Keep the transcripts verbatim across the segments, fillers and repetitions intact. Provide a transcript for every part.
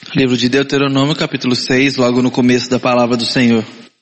Livro de Deuteronômio, capítulo seis, logo no começo da palavra do Senhor.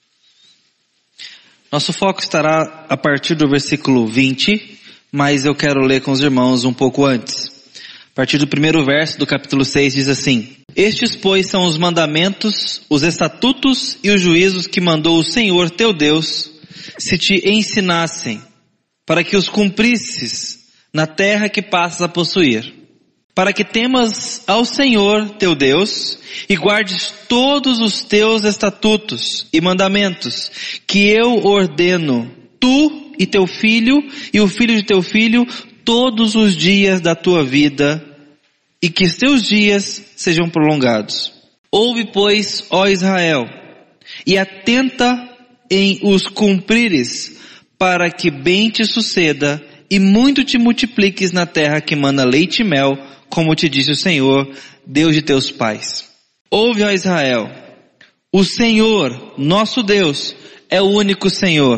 Nosso foco estará a partir do versículo vinte, mas eu quero ler com os irmãos um pouco antes. A partir do primeiro verso do capítulo seis diz assim: Estes, pois, são os mandamentos, os estatutos e os juízos que mandou o Senhor teu Deus, se te ensinassem, para que os cumprisses na terra que passas a possuir, para que temas ao Senhor teu Deus e guardes todos os teus estatutos e mandamentos que eu ordeno, tu e teu filho e o filho de teu filho, todos os dias da tua vida, e que teus dias sejam prolongados. Ouve, pois, ó Israel, e atenta em os cumprires, para que bem te suceda e muito te multipliques na terra que mana leite e mel, como te disse o Senhor, Deus de teus pais. Ouve, ó Israel, o Senhor, nosso Deus, é o único Senhor.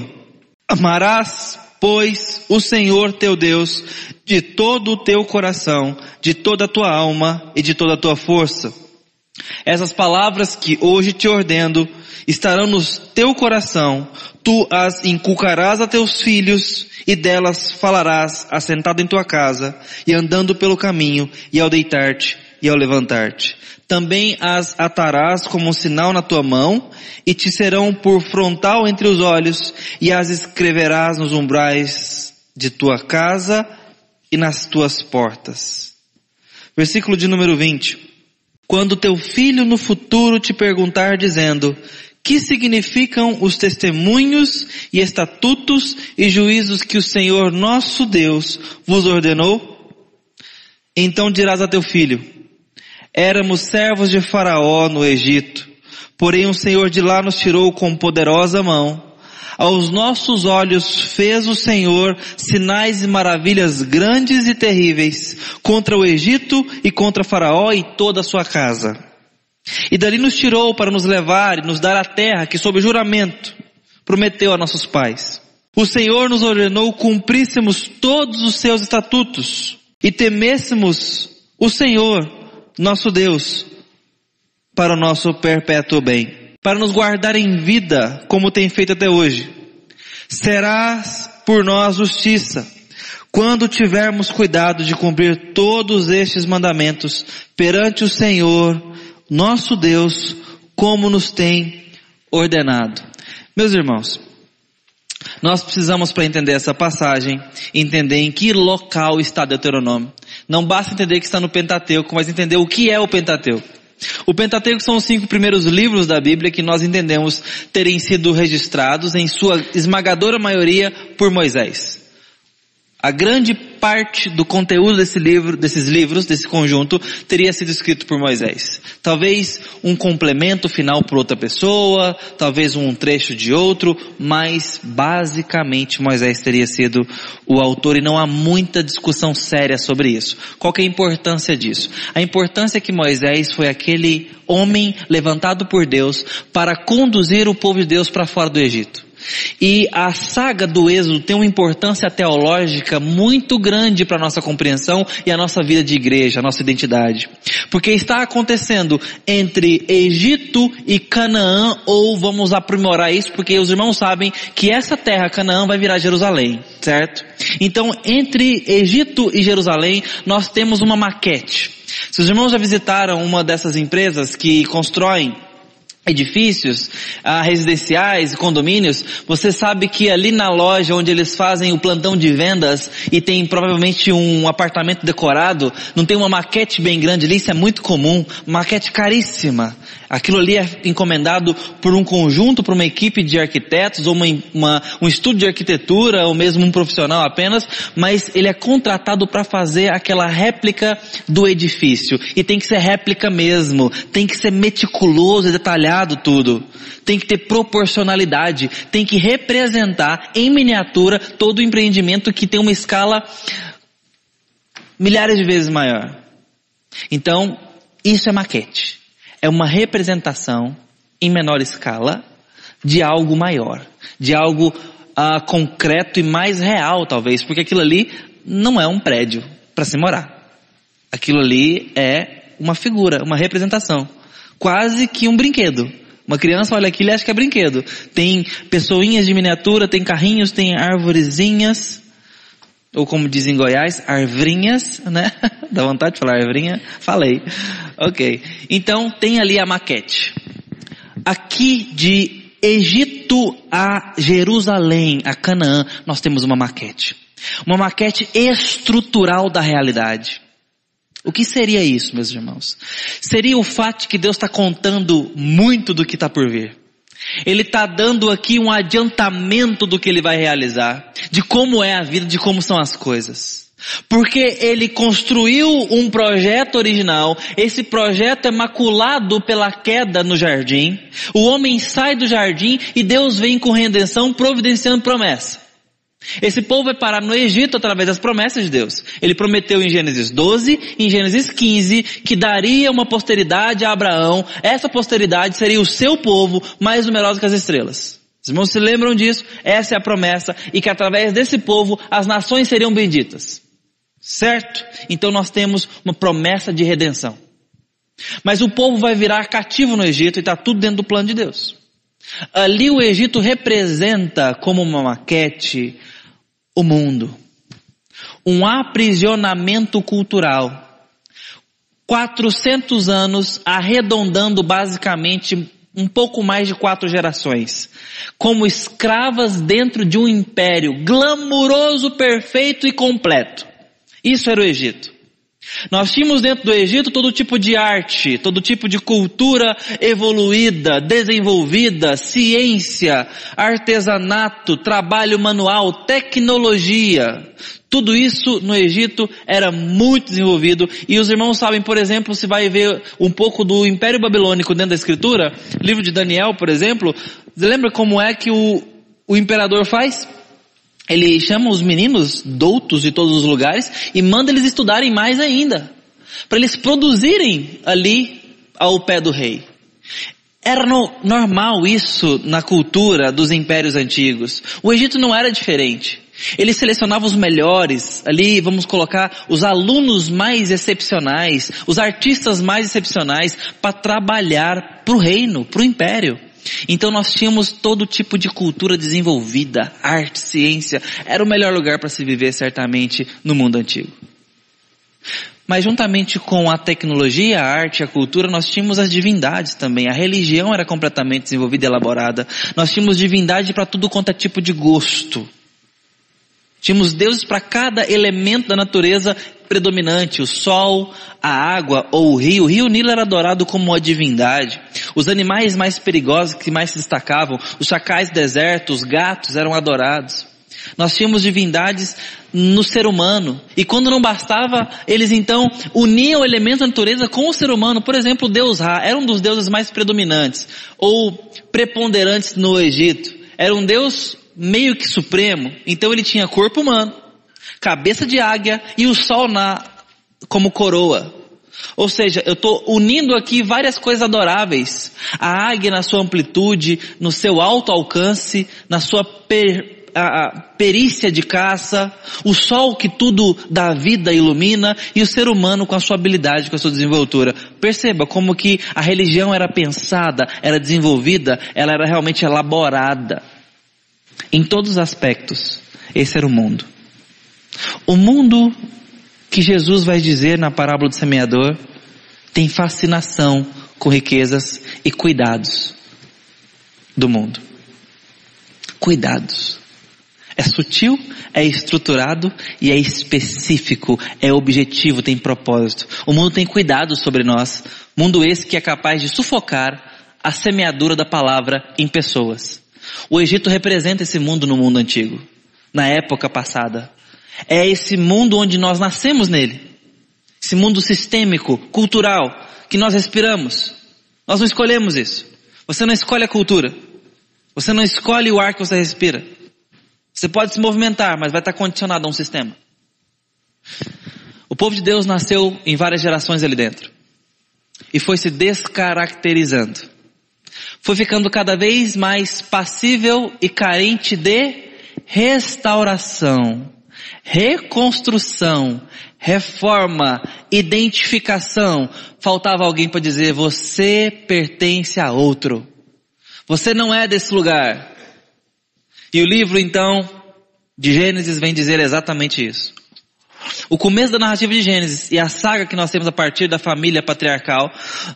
Amarás, pois, o Senhor teu Deus de todo o teu coração, de toda a tua alma e de toda a tua força. Essas palavras que hoje te ordeno estarão no teu coração, tu as inculcarás a teus filhos, e delas falarás assentado em tua casa, e andando pelo caminho, e ao deitar-te, e ao levantar-te. Também as atarás como um sinal na tua mão, e te serão por frontal entre os olhos, e as escreverás nos umbrais de tua casa e nas tuas portas. Versículo de número vinte. Quando teu filho no futuro te perguntar dizendo: que significam os testemunhos e estatutos e juízos que o Senhor nosso Deus vos ordenou? Então dirás a teu filho: éramos servos de Faraó no Egito, porém o Senhor de lá nos tirou com poderosa mão. Aos nossos olhos fez o Senhor sinais e maravilhas grandes e terríveis contra o Egito e contra Faraó e toda a sua casa. E dali nos tirou para nos levar e nos dar a terra que sob juramento prometeu a nossos pais. O Senhor nos ordenou cumpríssemos todos os seus estatutos e temêssemos o Senhor, nosso Deus, para o nosso perpétuo bem, para nos guardar em vida como tem feito até hoje. Serás por nós justiça, quando tivermos cuidado de cumprir todos estes mandamentos perante o Senhor, nosso Deus, como nos tem ordenado. Meus irmãos, nós precisamos, para entender essa passagem, entender em que local está Deuteronômio. Não basta entender que está no Pentateuco, mas entender o que é o Pentateuco. O Pentateuco são os cinco primeiros livros da Bíblia que nós entendemos terem sido registrados, em sua esmagadora maioria, por Moisés. A grande parte do conteúdo desse livro, desses livros, desse conjunto, teria sido escrito por Moisés. Talvez um complemento final por outra pessoa, talvez um trecho de outro, mas basicamente Moisés teria sido o autor, e não há muita discussão séria sobre isso. Qual que é a importância disso? A importância é que Moisés foi aquele homem levantado por Deus para conduzir o povo de Deus para fora do Egito. E a saga do Êxodo tem uma importância teológica muito grande para a nossa compreensão e a nossa vida de igreja, a nossa identidade. Porque está acontecendo entre Egito e Canaã, ou vamos aprimorar isso, porque os irmãos sabem que essa terra, Canaã, vai virar Jerusalém, certo? Então, entre Egito e Jerusalém, nós temos uma maquete. Se os irmãos já visitaram uma dessas empresas que constroem edifícios ah, residenciais, condomínios, você sabe que ali na loja onde eles fazem o plantão de vendas e tem provavelmente um apartamento decorado, não tem uma maquete bem grande ali, isso é muito comum, maquete caríssima. Aquilo ali é encomendado por um conjunto, por uma equipe de arquitetos, ou uma, uma, um estudo de arquitetura, ou mesmo um profissional apenas, mas ele é contratado para fazer aquela réplica do edifício. E tem que ser réplica mesmo, tem que ser meticuloso e detalhado tudo. Tem que ter proporcionalidade, tem que representar em miniatura todo o empreendimento que tem uma escala milhares de vezes maior. Então, isso é maquete. É uma representação em menor escala de algo maior, de algo uh, concreto e mais real talvez, porque aquilo ali não é um prédio para se morar. Aquilo ali é uma figura, uma representação. Quase que um brinquedo. Uma criança olha aquilo e acha que é brinquedo. Tem pessoinhas de miniatura, tem carrinhos, tem arvorezinhas. Ou como dizem em Goiás, arvrinhas, né? Dá vontade de falar arvrinha? Falei. Ok. Então tem ali a maquete. Aqui de Egito a Jerusalém, a Canaã, nós temos uma maquete. Uma maquete estrutural da realidade. O que seria isso, meus irmãos? Seria o fato de que Deus está contando muito do que está por vir. Ele está dando aqui um adiantamento do que Ele vai realizar, de como é a vida, de como são as coisas. Porque Ele construiu um projeto original, esse projeto é maculado pela queda no jardim, o homem sai do jardim e Deus vem com redenção providenciando promessa. Esse povo vai parar no Egito através das promessas de Deus. Ele prometeu em Gênesis doze, em Gênesis quinze, que daria uma posteridade a Abraão. Essa posteridade seria o seu povo mais numeroso que as estrelas. Os irmãos se lembram disso? Essa é a promessa. E que através desse povo as nações seriam benditas. Certo? Então nós temos uma promessa de redenção. Mas o povo vai virar cativo no Egito e está tudo dentro do plano de Deus. Ali o Egito representa como uma maquete o mundo. Um aprisionamento cultural. quatrocentos anos arredondando basicamente um pouco mais de quatro gerações. Como escravas dentro de um império glamuroso, perfeito e completo. Isso era o Egito. Nós tínhamos dentro do Egito todo tipo de arte, todo tipo de cultura evoluída, desenvolvida, ciência, artesanato, trabalho manual, tecnologia. Tudo isso no Egito era muito desenvolvido. E os irmãos sabem, por exemplo, se vai ver um pouco do Império Babilônico dentro da Escritura, livro de Daniel, por exemplo, você lembra como é que o, o imperador faz? Ele chama os meninos doutos de todos os lugares e manda eles estudarem mais ainda, para eles produzirem ali ao pé do rei. Era no, normal isso na cultura dos impérios antigos. O Egito não era diferente. Ele selecionava os melhores, ali vamos colocar os alunos mais excepcionais, os artistas mais excepcionais para trabalhar para o reino, para o império. Então nós tínhamos todo tipo de cultura desenvolvida, arte, ciência. Era o melhor lugar para se viver certamente no mundo antigo. Mas juntamente com a tecnologia, a arte e a cultura, nós tínhamos as divindades também. A religião era completamente desenvolvida e elaborada. Nós tínhamos divindade para tudo quanto é tipo de gosto. Tínhamos deuses para cada elemento da natureza predominante, o sol, a água ou o rio. O rio Nilo era adorado como uma divindade. Os animais mais perigosos que mais se destacavam, os chacais do deserto, os gatos eram adorados. Nós tínhamos divindades no ser humano. E quando não bastava, eles então uniam o elemento da natureza com o ser humano. Por exemplo, o deus Ra era um dos deuses mais predominantes ou preponderantes no Egito. Era um deus meio que supremo. Então ele tinha corpo humano, cabeça de águia e o sol na, como coroa. Ou seja, eu estou unindo aqui várias coisas adoráveis. A águia na sua amplitude, no seu alto alcance, na sua per, a, a perícia de caça, o sol que tudo dá vida ilumina e o ser humano com a sua habilidade, com a sua desenvoltura. Perceba como que a religião era pensada, era desenvolvida, ela era realmente elaborada. Em todos os aspectos, esse era o mundo. O mundo que Jesus vai dizer na parábola do semeador tem fascinação com riquezas e cuidados do mundo. Cuidados. É sutil, é estruturado e é específico, é objetivo, tem propósito. O mundo tem cuidado sobre nós. Mundo esse que é capaz de sufocar a semeadura da palavra em pessoas. O Egito representa esse mundo no mundo antigo, na época passada. É esse mundo onde nós nascemos nele. Esse mundo sistêmico, cultural, que nós respiramos. Nós não escolhemos isso. Você não escolhe a cultura. Você não escolhe o ar que você respira. Você pode se movimentar, mas vai estar condicionado a um sistema. O povo de Deus nasceu em várias gerações ali dentro. E foi se descaracterizando. Foi ficando cada vez mais passível e carente de restauração. reconstrução, reforma, identificação. Faltava alguém para dizer, você pertence a outro. Você não é desse lugar. E o livro então, de Gênesis, vem dizer exatamente isso. O começo da narrativa de Gênesis e a saga que nós temos a partir da família patriarcal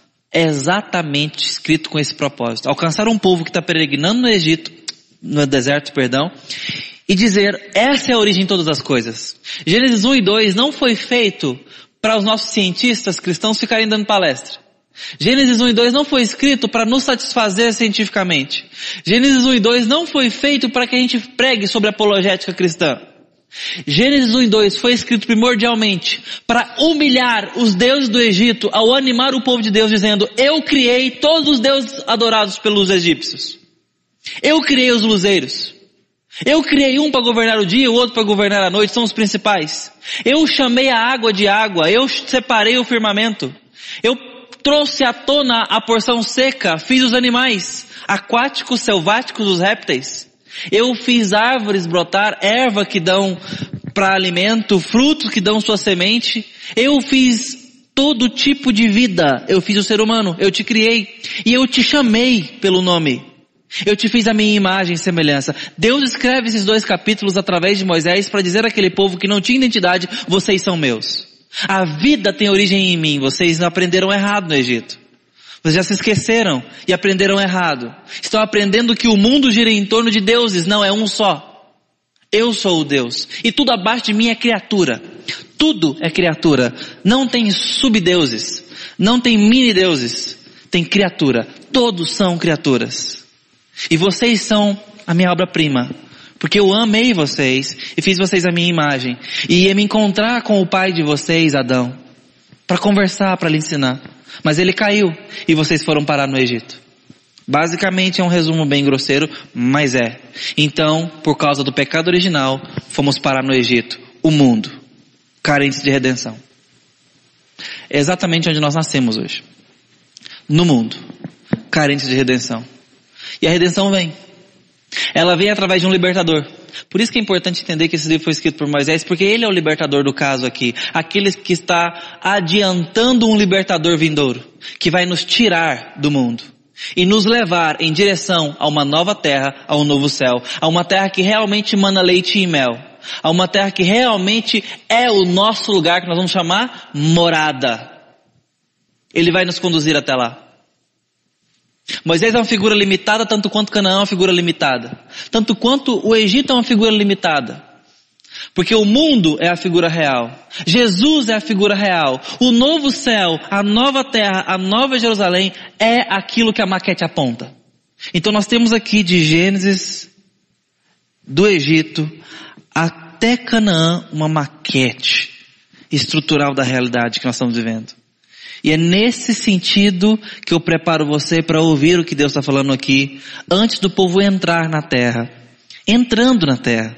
é exatamente escrito com esse propósito. Alcançar um povo que está peregrinando no Egito, no deserto, perdão, e dizer, essa é a origem de todas as coisas. Gênesis um e dois não foi feito para os nossos cientistas cristãos ficarem dando palestra. Gênesis um e dois não foi escrito para nos satisfazer cientificamente. Gênesis um e dois não foi feito para que a gente pregue sobre apologética cristã. Gênesis um e dois foi escrito primordialmente para humilhar os deuses do Egito ao animar o povo de Deus dizendo, eu criei todos os deuses adorados pelos egípcios. Eu criei os luzeiros. Eu criei um para governar o dia e o outro para governar a noite, são os principais. Eu chamei a água de água, eu separei o firmamento. Eu trouxe à tona a porção seca, fiz os animais, aquáticos, selváticos, os répteis. Eu fiz árvores brotar, erva que dão para alimento, frutos que dão sua semente. Eu fiz todo tipo de vida. Eu fiz o ser humano, eu te criei. E eu te chamei pelo nome. Eu te fiz a minha imagem e semelhança. Deus escreve esses dois capítulos através de Moisés para dizer àquele povo que não tinha identidade, vocês são meus. A vida tem origem em mim, vocês aprenderam errado no Egito. Vocês já se esqueceram e aprenderam errado. Estão aprendendo que o mundo gira em torno de deuses, não é um só. Eu sou o Deus. E tudo abaixo de mim é criatura. Tudo é criatura. Não tem subdeuses. Não tem mini-deuses. Tem criatura. Todos são criaturas. E vocês são a minha obra-prima. Porque eu amei vocês e fiz vocês a minha imagem. E ia me encontrar com o pai de vocês, Adão. Para conversar, para lhe ensinar. Mas ele caiu e vocês foram parar no Egito. Basicamente é um resumo bem grosseiro, mas é. Então, por causa do pecado original, fomos parar no Egito. O mundo, carentes de redenção. É exatamente onde nós nascemos hoje. No mundo, carentes de redenção. E a redenção vem. Ela vem através de um libertador. Por isso que é importante entender que esse livro foi escrito por Moisés, porque ele é o libertador do caso aqui. Aquele que está adiantando um libertador vindouro, que vai nos tirar do mundo e nos levar em direção a uma nova terra, a um novo céu, a uma terra que realmente mana leite e mel, a uma terra que realmente é o nosso lugar, que nós vamos chamar morada. Ele vai nos conduzir até lá. Moisés é uma figura limitada, tanto quanto Canaã é uma figura limitada. Tanto quanto o Egito é uma figura limitada. Porque o mundo é a figura real. Jesus é a figura real. O novo céu, a nova terra, a nova Jerusalém é aquilo que a maquete aponta. Então nós temos aqui de Gênesis, do Egito, até Canaã, uma maquete estrutural da realidade que nós estamos vivendo. E é nesse sentido que eu preparo você para ouvir o que Deus está falando aqui, antes do povo entrar na terra. Entrando na terra.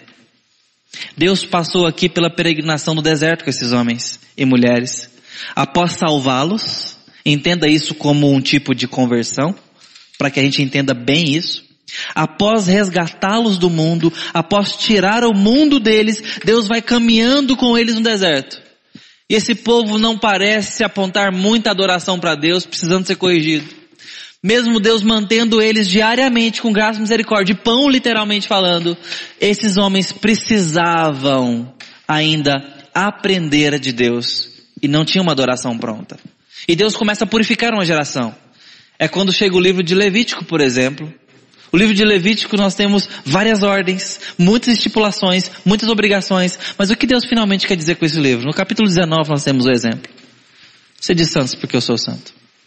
Deus passou aqui pela peregrinação do deserto com esses homens e mulheres. Após salvá-los, entenda isso como um tipo de conversão, para que a gente entenda bem isso. Após resgatá-los do mundo, após tirar o mundo deles, Deus vai caminhando com eles no deserto. E esse povo não parece apontar muita adoração para Deus, precisando ser corrigido. Mesmo Deus mantendo eles diariamente com graça e misericórdia, pão literalmente falando, esses homens precisavam ainda aprender de Deus. E não tinham uma adoração pronta. E Deus começa a purificar uma geração. É quando chega o livro de Levítico, por exemplo. O livro de Levítico nós temos várias ordens, muitas estipulações, muitas obrigações. Mas o que Deus finalmente quer dizer com esse livro? No capítulo dezenove nós temos o exemplo. Sede santos porque eu sou santo.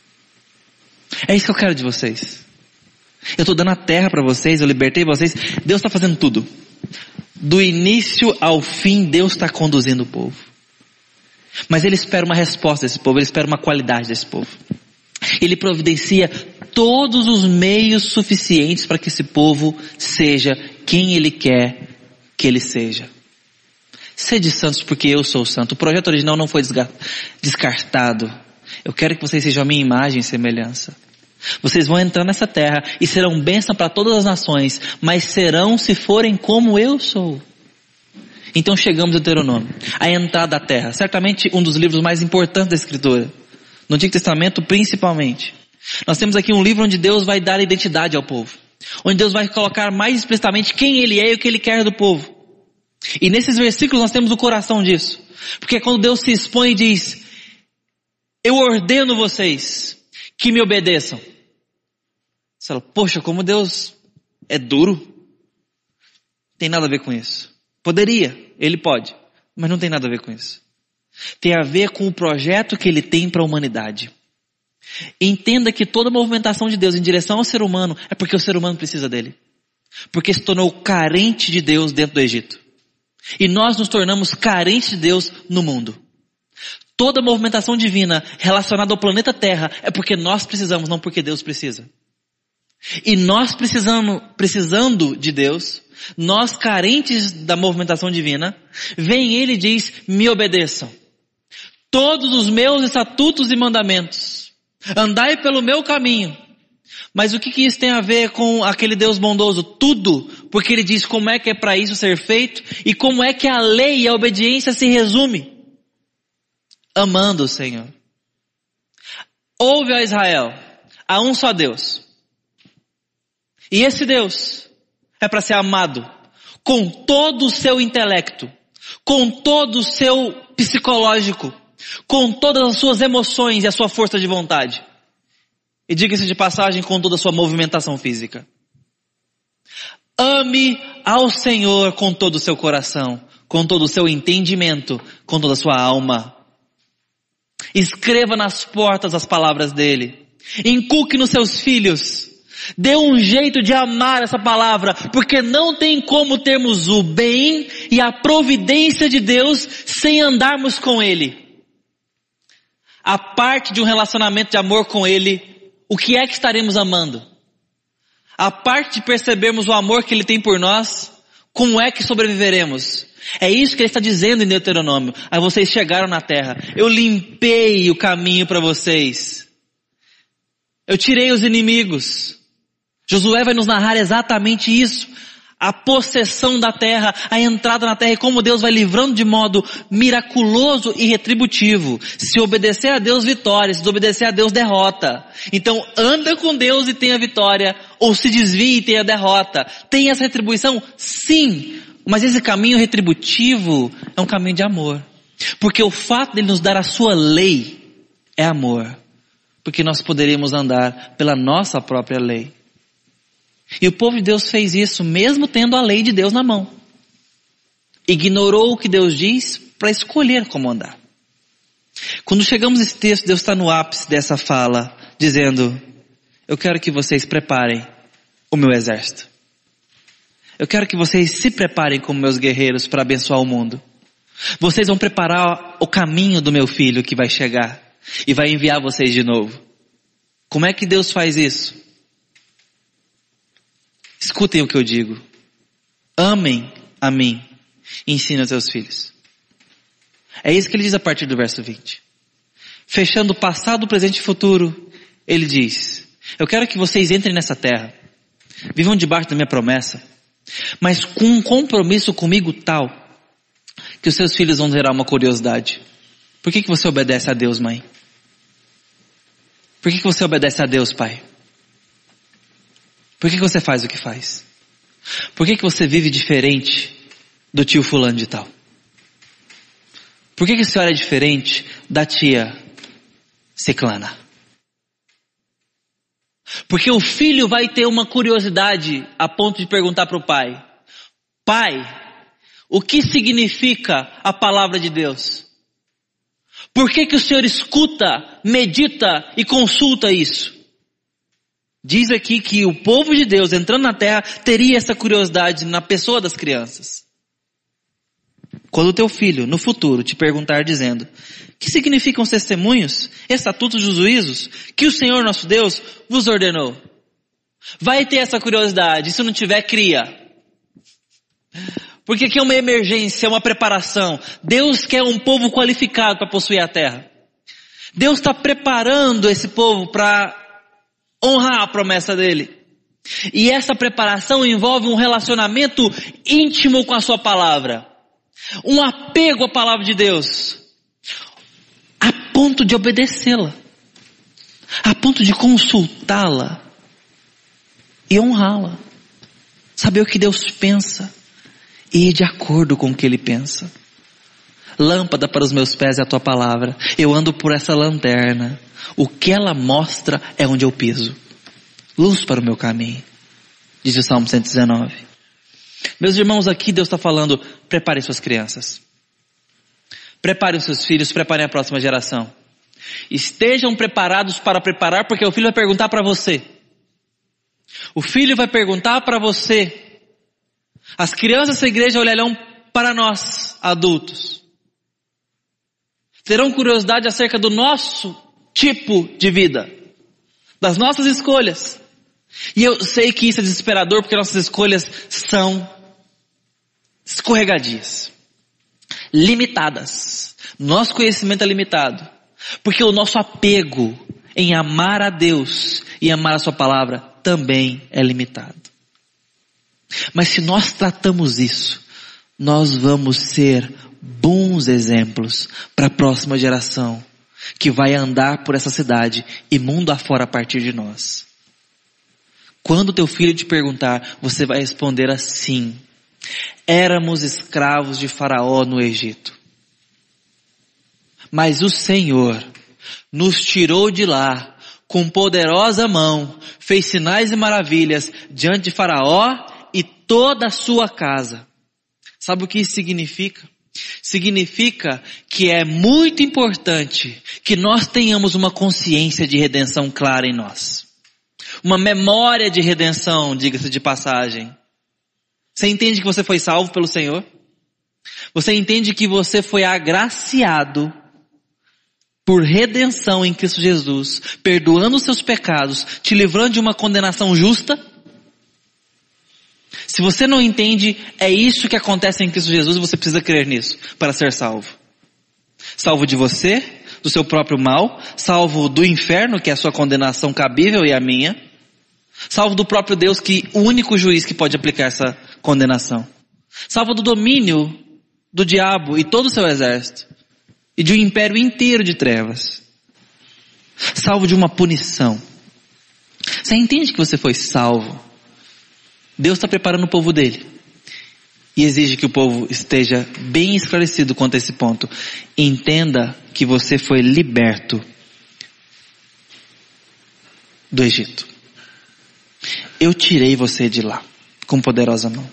É isso que eu quero de vocês. Eu estou dando a terra para vocês, eu libertei vocês. Deus está fazendo tudo. Do início ao fim Deus está conduzindo o povo. Mas Ele espera uma resposta desse povo, Ele espera uma qualidade desse povo. Ele providencia todos os meios suficientes para que esse povo seja quem Ele quer que ele seja. Sede santos porque eu sou santo. O projeto original não foi descartado. Eu quero que vocês sejam a minha imagem e semelhança. Vocês vão entrar nessa terra e serão bênção para todas as nações, mas serão se forem como eu sou. Então chegamos ao Deuteronômio, a entrada da terra, certamente um dos livros mais importantes da Escritura, no Antigo Testamento principalmente. Nós temos aqui um livro onde Deus vai dar identidade ao povo, onde Deus vai colocar mais explicitamente quem Ele é e o que Ele quer do povo. E nesses versículos nós temos o coração disso, porque quando Deus se expõe e diz, eu ordeno vocês que me obedeçam. Você fala, poxa, como Deus é duro. Tem nada a ver com isso. Poderia, Ele pode, mas não tem nada a ver com isso. Tem a ver com o projeto que Ele tem para a humanidade. Entenda que toda movimentação de Deus em direção ao ser humano é porque o ser humano precisa dele. Porque se tornou carente de Deus dentro do Egito. E nós nos tornamos carentes de Deus no mundo. Toda movimentação divina relacionada ao planeta Terra é porque nós precisamos, não porque Deus precisa. E nós precisamos, precisando de Deus, nós carentes da movimentação divina, vem Ele e diz, me obedeçam. Todos os meus estatutos e mandamentos. Andai pelo meu caminho. Mas o que, que isso tem a ver com aquele Deus bondoso? Tudo, porque Ele diz como é que é para isso ser feito e como é que a lei e a obediência se resume. Amando o Senhor. Ouve, ó Israel, há um só Deus. E esse Deus é para ser amado com todo o seu intelecto, com todo o seu psicológico, com todas as suas emoções e a sua força de vontade. E diga-se de passagem, com toda a sua movimentação física. Ame ao Senhor com todo o seu coração, com todo o seu entendimento, com toda a sua alma. Escreva nas portas as palavras dele. Inculque nos seus filhos. Dê um jeito de amar essa palavra, porque não tem como termos o bem e a providência de Deus sem andarmos com Ele. A parte de um relacionamento de amor com Ele, o que é que estaremos amando? A parte de percebermos o amor que Ele tem por nós, como é que sobreviveremos? É isso que Ele está dizendo em Deuteronômio. Aí vocês chegaram na terra, eu limpei o caminho para vocês. Eu tirei os inimigos. Josué vai nos narrar exatamente isso. A possessão da terra, a entrada na terra e como Deus vai livrando de modo miraculoso e retributivo. Se obedecer a Deus, vitória. Se desobedecer a Deus, derrota. Então anda com Deus e tenha vitória, ou se desvie e tenha derrota. Tem essa retribuição? Sim. Mas esse caminho retributivo é um caminho de amor. Porque o fato de Ele nos dar a sua lei é amor. Porque nós poderíamos andar pela nossa própria lei. E o povo de Deus fez isso mesmo tendo a lei de Deus na mão. Ignorou o que Deus diz para escolher como andar. Quando chegamos nesse texto, Deus está no ápice dessa fala, dizendo, eu quero que vocês preparem o meu exército. Eu quero que vocês se preparem como meus guerreiros para abençoar o mundo. Vocês vão preparar o caminho do meu filho que vai chegar e vai enviar vocês de novo. Como é que Deus faz isso? Escutem o que eu digo. Amem a mim e ensinem aos seus filhos. É isso que ele diz a partir do verso vinte. Fechando o passado, presente e futuro, ele diz, eu quero que vocês entrem nessa terra, vivam debaixo da minha promessa, mas com um compromisso comigo tal, que os seus filhos vão gerar uma curiosidade. Por que que você obedece a Deus, mãe? Por que que você obedece a Deus, pai? Por que que você faz o que faz? Por que que você vive diferente do tio fulano de tal? Por que que a senhora é diferente da tia ciclana? Porque o filho vai ter uma curiosidade a ponto de perguntar para o pai, pai, o que significa a palavra de Deus? Por que que o senhor escuta, medita e consulta isso? Diz aqui que o povo de Deus entrando na terra teria essa curiosidade na pessoa das crianças. Quando o teu filho, no futuro, te perguntar dizendo, o que significam os testemunhos, estatutos e juízos que o Senhor nosso Deus vos ordenou? Vai ter essa curiosidade, se não tiver, cria. Porque aqui é uma emergência, é uma preparação. Deus quer um povo qualificado para possuir a terra. Deus está preparando esse povo para honrar a promessa dele. E essa preparação envolve um relacionamento íntimo com a sua palavra. um apego à palavra de Deus, a ponto de obedecê-la, a ponto de consultá-la e honrá-la, saber o que Deus pensa e ir de acordo com o que Ele pensa. Lâmpada para os meus pés é a tua palavra, eu ando por essa lanterna, o que ela mostra é onde eu piso, luz para o meu caminho, diz o Salmo cento e dezenove. Meus irmãos, aqui Deus está falando, preparem suas crianças, preparem os seus filhos, preparem a próxima geração, estejam preparados para preparar, porque o filho vai perguntar para você, o filho vai perguntar para você, as crianças da igreja olharão para nós, adultos, terão curiosidade acerca do nosso tipo de vida, das nossas escolhas. E eu sei que isso é desesperador, porque nossas escolhas são escorregadias, limitadas. Nosso conhecimento é limitado, porque o nosso apego em amar a Deus e amar a sua palavra também é limitado. Mas se nós tratamos isso, nós vamos ser bons exemplos para a próxima geração, que vai andar por essa cidade e mundo afora a partir de nós. Quando teu filho te perguntar, você vai responder assim: éramos escravos de Faraó no Egito, mas o Senhor nos tirou de lá com poderosa mão, fez sinais e maravilhas diante de Faraó e toda a sua casa. Sabe o que isso significa? Significa que é muito importante que nós tenhamos uma consciência de redenção clara em nós. Uma memória de redenção, diga-se de passagem. Você entende que você foi salvo pelo Senhor? Você entende que você foi agraciado por redenção em Cristo Jesus, perdoando os seus pecados, te livrando de uma condenação justa? Se você não entende, é isso que acontece em Cristo Jesus, você precisa crer nisso para ser salvo. Salvo de você, do seu próprio mal, salvo do inferno, que é a sua condenação cabível e a minha, salvo do próprio Deus, que o único juiz que pode aplicar essa condenação, salvo do domínio do diabo e todo o seu exército, e de um império inteiro de trevas, salvo de uma punição. Você entende que você foi salvo? Deus está preparando o povo dele e exige que o povo esteja bem esclarecido quanto a esse ponto. Entenda que você foi liberto do Egito. Eu tirei você de lá com poderosa mão.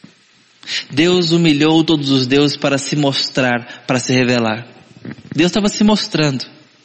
Deus humilhou todos os deuses para se mostrar, para se revelar. Deus estava se mostrando.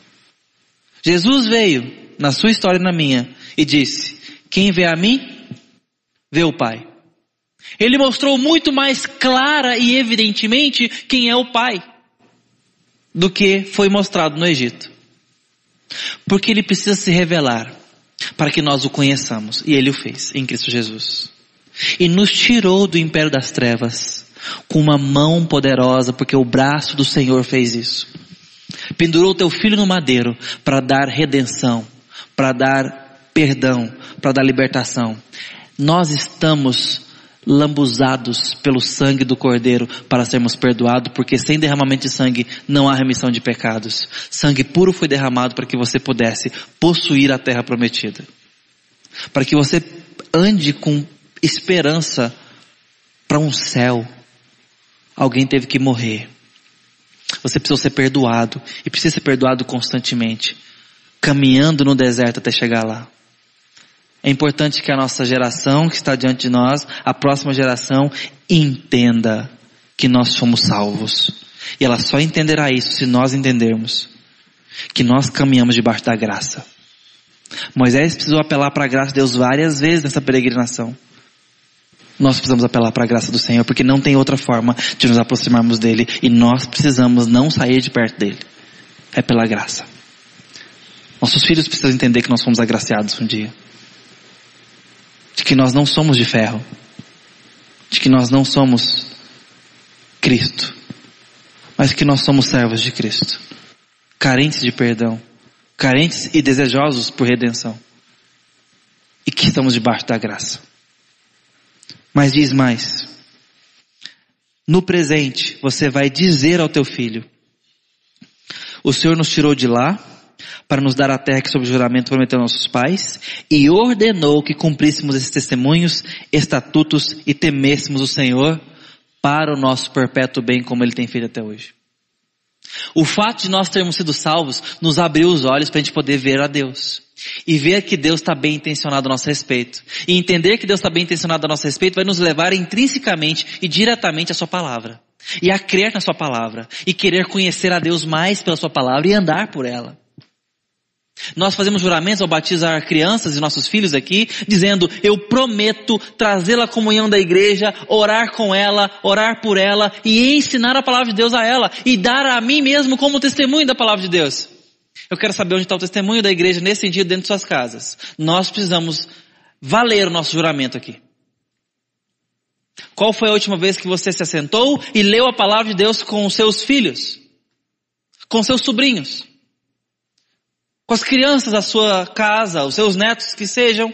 Jesus veio na sua história e na minha e disse: quem vê a mim, vê o Pai. Ele mostrou muito mais clara e evidentemente quem é o Pai do que foi mostrado no Egito. Porque Ele precisa se revelar para que nós o conheçamos. E Ele o fez em Cristo Jesus. E nos tirou do império das trevas com uma mão poderosa, porque o braço do Senhor fez isso. Pendurou teu filho no madeiro para dar redenção, para dar perdão, para dar libertação. Nós estamos lambuzados pelo sangue do Cordeiro para sermos perdoados, porque sem derramamento de sangue não há remissão de pecados. Sangue puro foi derramado para que você pudesse possuir a terra prometida, para que você ande com esperança para um céu. Alguém teve que morrer. Você precisa ser perdoado, e precisa ser perdoado constantemente, caminhando no deserto até chegar lá. É importante que a nossa geração que está diante de nós, a próxima geração, entenda que nós somos salvos. E ela só entenderá isso se nós entendermos que nós caminhamos debaixo da graça. Moisés precisou apelar para a graça de Deus várias vezes nessa peregrinação. Nós precisamos apelar para a graça do Senhor, porque não tem outra forma de nos aproximarmos dele, e nós precisamos não sair de perto dele. É pela graça. Nossos filhos precisam entender que nós fomos agraciados um dia. De que nós não somos de ferro. De que nós não somos Cristo. Mas que nós somos servos de Cristo. Carentes de perdão. Carentes e desejosos por redenção. E que estamos debaixo da graça. Mas diz mais. No presente, você vai dizer ao teu filho: o Senhor nos tirou de lá para nos dar a terra que sob juramento prometeu aos nossos pais, e ordenou que cumpríssemos esses testemunhos, estatutos e temêssemos o Senhor para o nosso perpétuo bem, como Ele tem feito até hoje. O fato de nós termos sido salvos nos abriu os olhos para a gente poder ver a Deus. E ver que Deus está bem intencionado a nosso respeito. E entender que Deus está bem intencionado a nosso respeito vai nos levar intrinsecamente e diretamente à sua palavra. E a crer na sua palavra. E querer conhecer a Deus mais pela sua palavra e andar por ela. Nós fazemos juramentos ao batizar crianças e nossos filhos aqui, dizendo: eu prometo trazê-la à comunhão da igreja, orar com ela, orar por ela e ensinar a palavra de Deus a ela e dar a mim mesmo como testemunho da palavra de Deus. Eu quero saber onde está o testemunho da igreja nesse sentido dentro de suas casas. Nós precisamos valer o nosso juramento aqui. Qual foi a última vez que você se assentou e leu a palavra de Deus com os seus filhos? Com seus sobrinhos? Com as crianças da sua casa, os seus netos que sejam?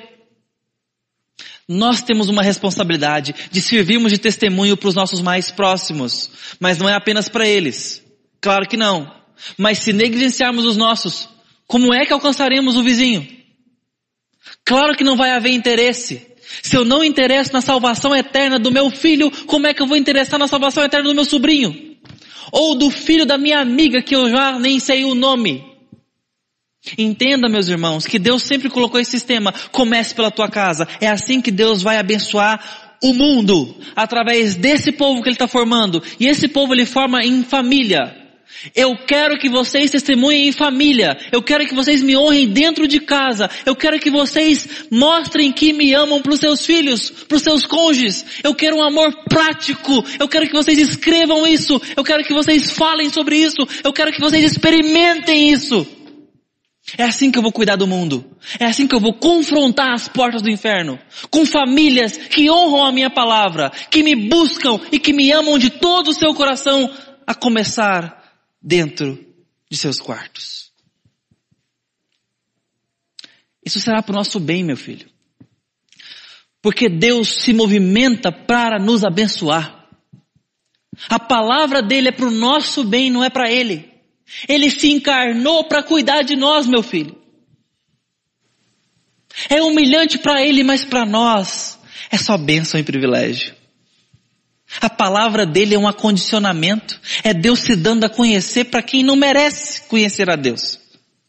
Nós temos uma responsabilidade de servirmos de testemunho para os nossos mais próximos. Mas não é apenas para eles. Claro que não. Mas se negligenciarmos os nossos, como é que alcançaremos o vizinho? Claro que não vai haver interesse. Se eu não interesso na salvação eterna do meu filho, como é que eu vou interessar na salvação eterna do meu sobrinho? Ou do filho da minha amiga que eu já nem sei o nome? Entenda, meus irmãos, que Deus sempre colocou esse sistema. Comece pela tua casa. É assim que Deus vai abençoar o mundo, através desse povo que Ele está formando. E esse povo Ele forma em família. Eu quero que vocês testemunhem em família. Eu quero que vocês me honrem dentro de casa. Eu quero que vocês mostrem que me amam para os seus filhos, para os seus cônjuges. Eu quero um amor prático. Eu quero que vocês escrevam isso. Eu quero que vocês falem sobre isso. Eu quero que vocês experimentem isso. É assim que eu vou cuidar do mundo. É assim que eu vou confrontar as portas do inferno. Com famílias que honram a minha palavra, que me buscam e que me amam de todo o seu coração, a começar dentro de seus quartos. Isso será para o nosso bem, meu filho. Porque Deus se movimenta para nos abençoar. A palavra dele é para o nosso bem, não é para ele. Ele se encarnou para cuidar de nós, meu filho. É humilhante para ele, mas para nós é só bênção e privilégio. A palavra dele é um acondicionamento. É Deus se dando a conhecer para quem não merece conhecer a Deus.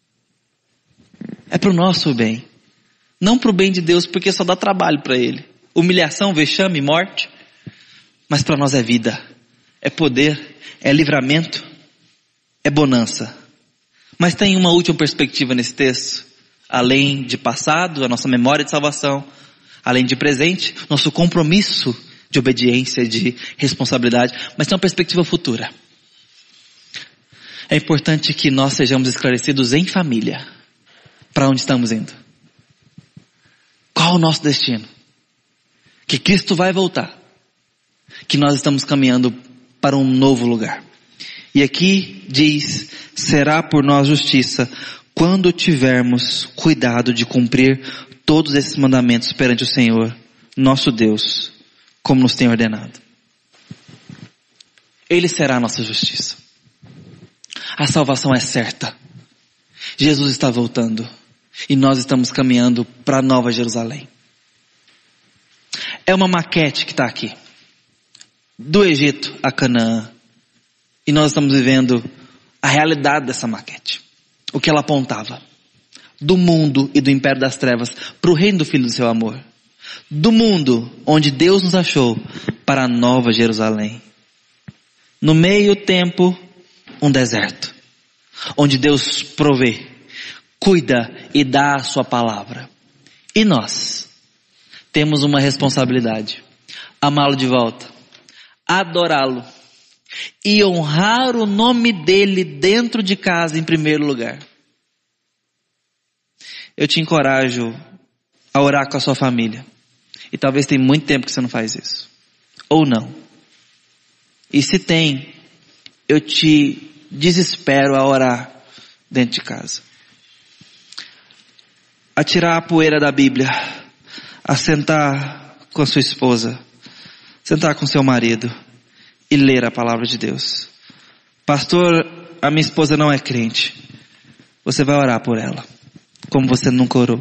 É para o nosso bem. Não para o bem de Deus, porque só dá trabalho para ele. Humilhação, vexame, morte. Mas para nós é vida. É poder. É livramento. É bonança. Mas tem uma última perspectiva nesse texto. Além de passado, a nossa memória de salvação. Além de presente, nosso compromisso de obediência, de responsabilidade, mas tem uma perspectiva futura. É importante que nós sejamos esclarecidos em família. Para onde estamos indo? Qual o nosso destino? Que Cristo vai voltar. Que nós estamos caminhando para um novo lugar. E aqui diz: será por nós justiça quando tivermos cuidado de cumprir todos esses mandamentos perante o Senhor, nosso Deus, como nos tem ordenado. Ele será a nossa justiça. A salvação é certa. Jesus está voltando. E nós estamos caminhando para a Nova Jerusalém. É uma maquete que está aqui. Do Egito a Canaã. E nós estamos vivendo a realidade dessa maquete. O que ela apontava. Do mundo e do império das trevas para o reino do Filho do seu amor. Do mundo onde Deus nos achou para a Nova Jerusalém. No meio tempo, um deserto. Onde Deus provê, cuida e dá a sua palavra. E nós temos uma responsabilidade. Amá-lo de volta. Adorá-lo. E honrar o nome dele dentro de casa em primeiro lugar. Eu te encorajo a orar com a sua família. E talvez tenha muito tempo que você não faz isso. Ou não. E se tem, eu te desespero a orar dentro de casa. A tirar a poeira da Bíblia. A sentar com a sua esposa. Sentar com seu marido. e ler a palavra de Deus. Pastor, a minha esposa não é crente. Você vai orar por ela, como você nunca orou.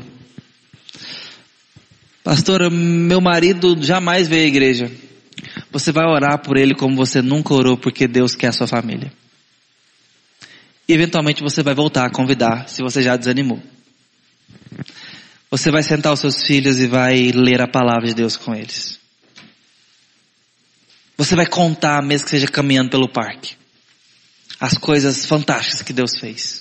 Pastor, meu marido jamais veio à igreja. Você vai orar por ele como você nunca orou, porque Deus quer a sua família. E eventualmente você vai voltar a convidar, se você já desanimou. Você vai sentar os seus filhos e vai ler a palavra de Deus com eles. Você vai contar, mesmo que seja caminhando pelo parque, as coisas fantásticas que Deus fez.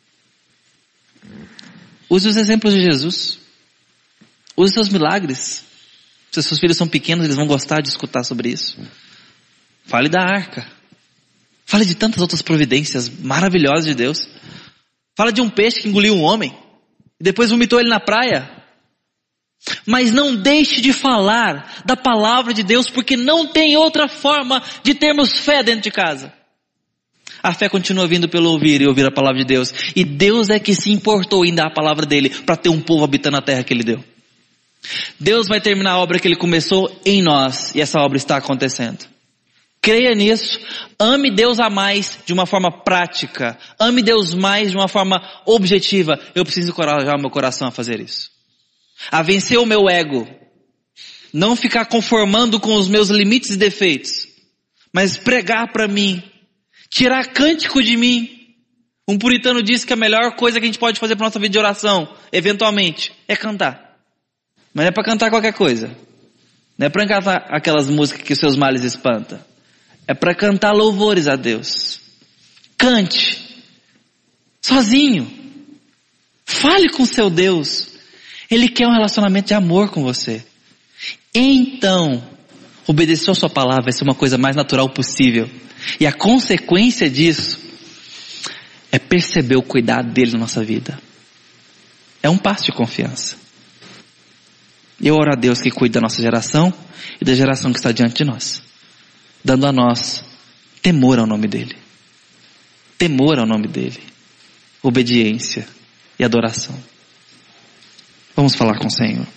Use os exemplos de Jesus. Use seus milagres. Se seus filhos são pequenos, eles vão gostar de escutar sobre isso. Fale da arca. Fale de tantas outras providências maravilhosas de Deus. Fala de um peixe que engoliu um homem e depois vomitou ele na praia. Mas não deixe de falar da palavra de Deus, porque não tem outra forma de termos fé dentro de casa. A fé continua vindo pelo ouvir e ouvir a palavra de Deus. E Deus é que se importou em dar a palavra dele para ter um povo habitando a terra que ele deu. Deus vai terminar a obra que ele começou em nós, e essa obra está acontecendo. Creia nisso, ame Deus a mais de uma forma prática, ame Deus mais de uma forma objetiva. Eu preciso encorajar o meu coração a fazer isso, a vencer o meu ego, não ficar conformando com os meus limites e defeitos, mas pregar para mim, tirar cântico de mim. Um puritano disse que a melhor coisa que a gente pode fazer para nossa vida de oração, eventualmente, é cantar. Mas não é para cantar qualquer coisa. Não é para cantar aquelas músicas que os seus males espantam. É para cantar louvores a Deus. Cante. Sozinho. Fale com seu Deus. Ele quer um relacionamento de amor com você. Então, obedecer a sua palavra vai ser uma coisa mais natural possível. E a consequência disso é perceber o cuidado dele na nossa vida. É um passo de confiança. Eu oro a Deus que cuide da nossa geração e da geração que está diante de nós, dando a nós temor ao nome dele, temor ao nome dele, obediência e adoração. Vamos falar com o Senhor.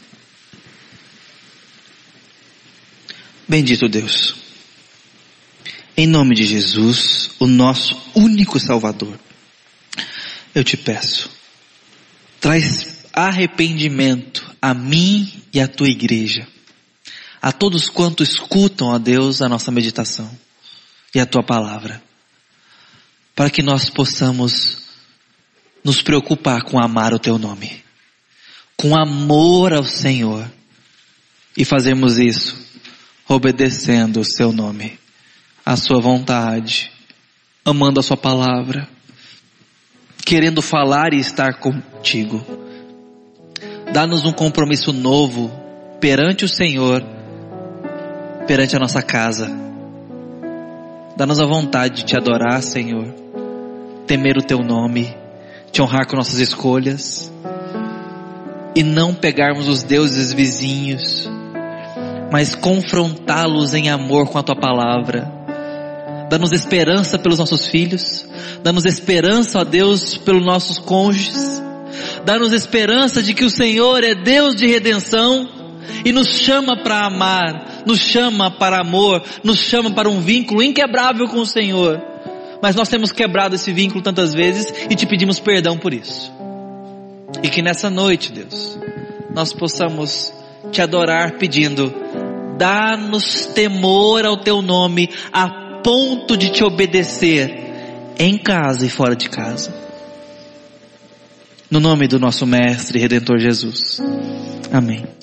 Bendito Deus, em nome de Jesus, o nosso único Salvador, eu te peço, traz arrependimento a mim e a tua igreja, a todos quantos escutam, ó Deus, a nossa meditação e a tua palavra, para que nós possamos nos preocupar com amar o teu nome, com amor ao Senhor, e fazermos isso obedecendo o seu nome, a sua vontade, amando a sua palavra, querendo falar e estar contigo. Dá-nos um compromisso novo perante o Senhor, perante a nossa casa. Dá-nos a vontade de te adorar, Senhor, temer o teu nome, te honrar com nossas escolhas, e não pegarmos os deuses vizinhos, mas confrontá-los em amor com a tua palavra. Dá-nos esperança pelos nossos filhos, dá-nos esperança, ó Deus, pelos nossos cônjuges. Dá-nos esperança de que o Senhor é Deus de redenção e nos chama para amar, nos chama para amor, nos chama para um vínculo inquebrável com o Senhor. Mas nós temos quebrado esse vínculo tantas vezes e te pedimos perdão por isso. E que nessa noite, Deus, nós possamos te adorar pedindo, dá-nos temor ao teu nome a ponto de te obedecer em casa e fora de casa. No nome do nosso Mestre e Redentor Jesus. Amém.